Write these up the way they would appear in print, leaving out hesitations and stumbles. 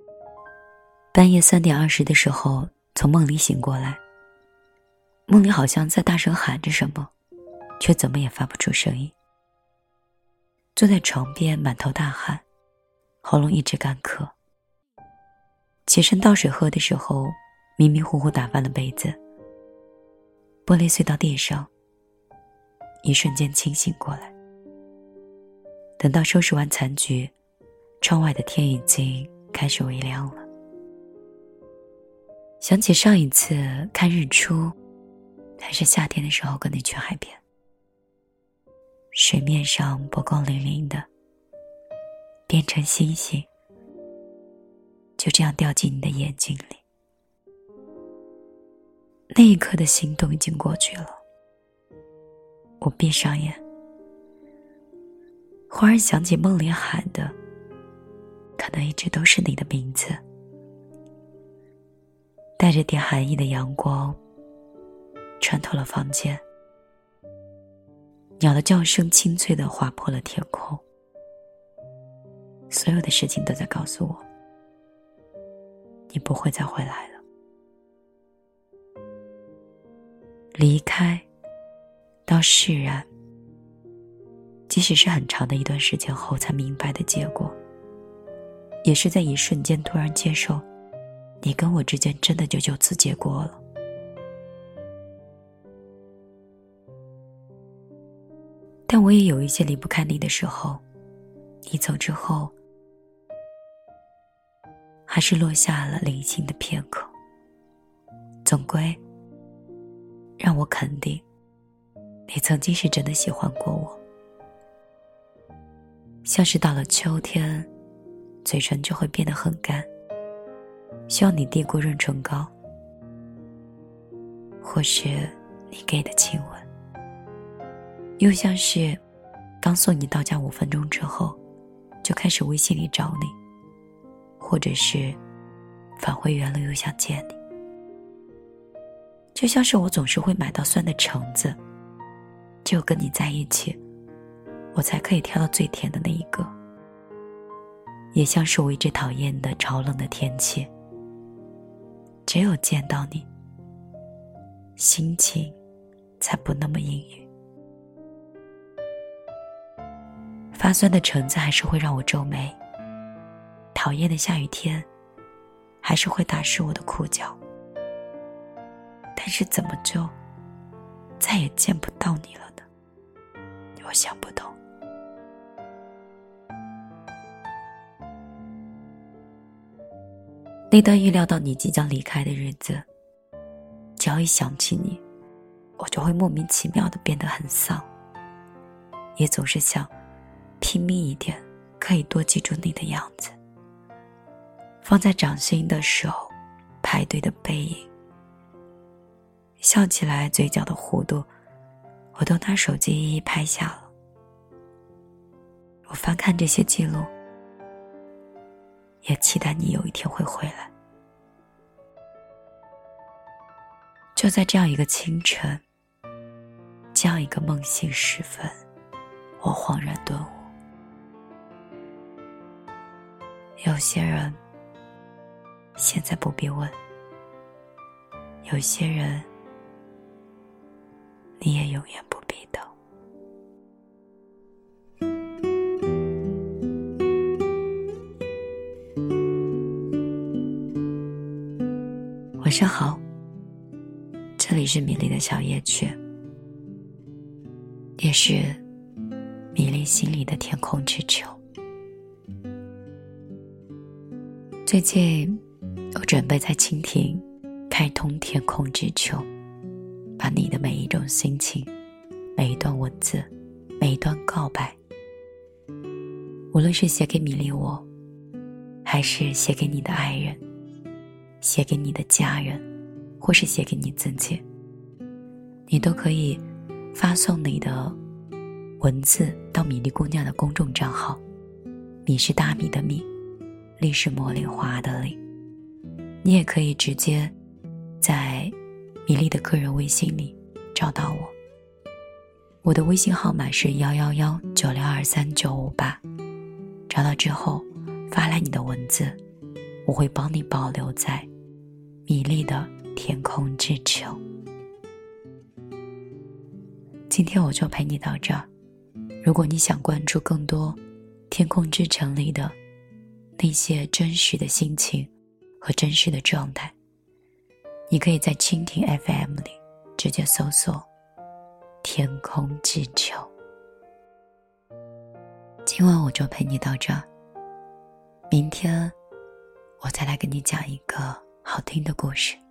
半夜3点20的时候从梦里醒过来，梦里好像在大声喊着什么，却怎么也发不出声音。坐在床边满头大汗，喉咙一直干咳。起身倒水喝的时候，迷迷糊糊打翻了杯子，玻璃碎到地上，一瞬间清醒过来。等到收拾完残局，窗外的天已经开始微亮了。想起上一次看日出，还是夏天的时候跟你去海边，水面上波光粼粼的，变成星星，就这样掉进你的眼睛里。那一刻的心动已经过去了，我闭上眼，忽然想起梦里喊的，可能一直都是你的名字。带着点寒意的阳光穿透了房间，鸟的叫声清脆地划破了天空。所有的事情都在告诉我，你不会再回来了。离开到释然，即使是很长的一段时间后才明白的结果，也是在一瞬间突然接受你跟我之间真的就此结果了。但我也有一些离不开你的时候，你走之后，还是落下了零星的片刻，总归让我肯定你曾经是真的喜欢过我。像是到了秋天，嘴唇就会变得很干，需要你递过润唇膏，或是你给的亲吻。又像是刚送你到家5分钟之后，就开始微信里找你，或者是返回原路又想见你。就像是我总是会买到酸的橙子，只有跟你在一起，我才可以挑到最甜的那一个。也像是我一直讨厌的潮冷的天气，只有见到你，心情才不那么阴郁。发酸的橙子还是会让我皱眉，讨厌的下雨天还是会打湿我的裤脚。但是怎么就再也见不到你了呢？我想不通。那段预料到你即将离开的日子，只要一想起你，我就会莫名其妙地变得很丧，也总是想拼命一点，可以多记住你的样子。放在掌心的手，排队的背影，笑起来嘴角的弧度，我都拿手机一一拍下了。我翻看这些记录，也期待你有一天会回来。就在这样一个清晨，这样一个梦醒时分，我恍然顿悟，有些人现在不必问，有些人你也永远不必等。晚上好，这里是米粒的小夜曲，也是米粒心里的天空之球。最近我准备在蜻蜓开通天空之球，把你的每一种心情，每一段文字，每一段告白，无论是写给米粒我，还是写给你的爱人，写给你的家人，或是写给你自己，你都可以发送你的文字到米粒姑娘的公众账号，米是大米的米，粒是茉莉花的粒。你也可以直接在米粒的个人微信里找到我，我的微信号码是11196239558，找到之后发来你的文字， 我会帮你保留在米粒的天空之球。今天我就陪你到这儿。如果你想关注更多天空之城里的那些真实的心情和真实的状态，你可以在蜻蜓 FM 里直接搜索天空之球。今晚我就陪你到这儿，明天我再来跟你讲一个好听的故事。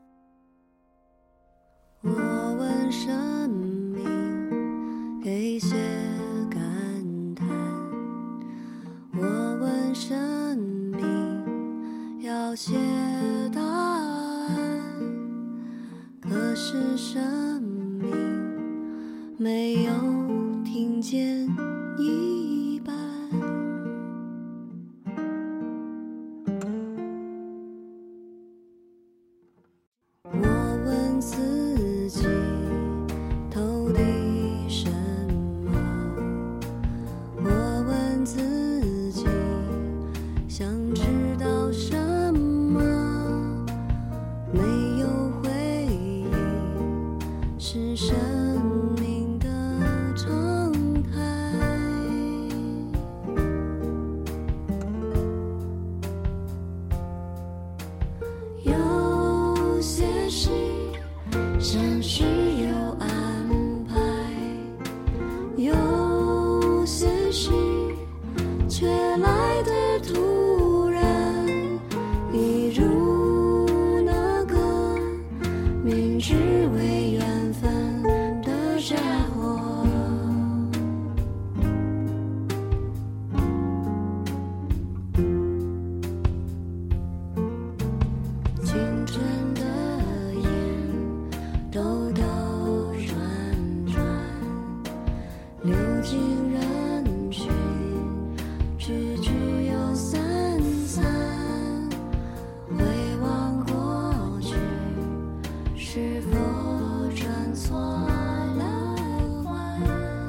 我问生命给些感叹，我问生命要些答案，可是生命没有听见一半。我问自己投递什么，我问自己想知道什么，没有回应是生命的常态。有些事真是有安排，有些事却来得突然，一如那个明知为缘分的家伙。青春的眼兜兜转转，流进人群，聚聚又散散，回望过去，是否转错了弯？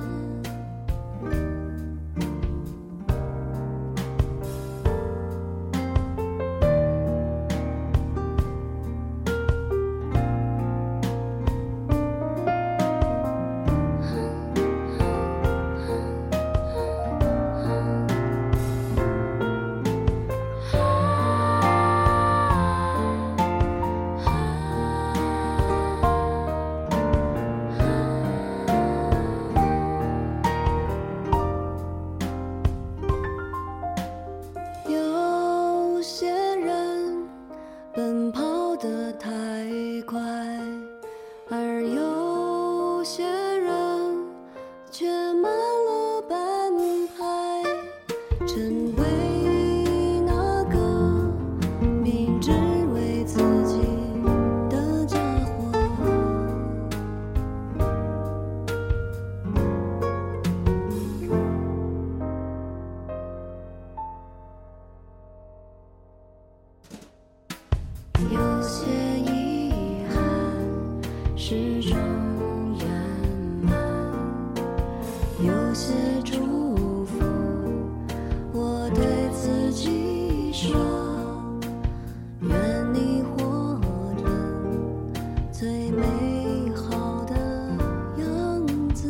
有些人奔跑得太快，而有些人却慢了半拍，成为那个明知为自己的家伙。有些遗憾始终圆满，有些祝福我对自己说，愿你活成最美好的样子，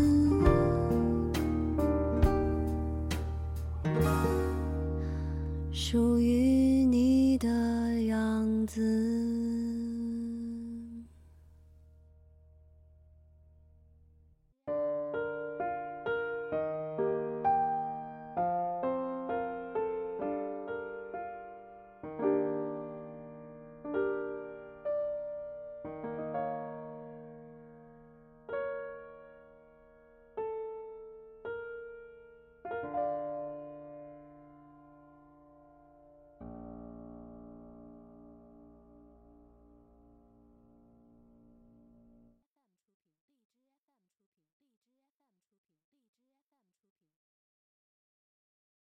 属于你的样子。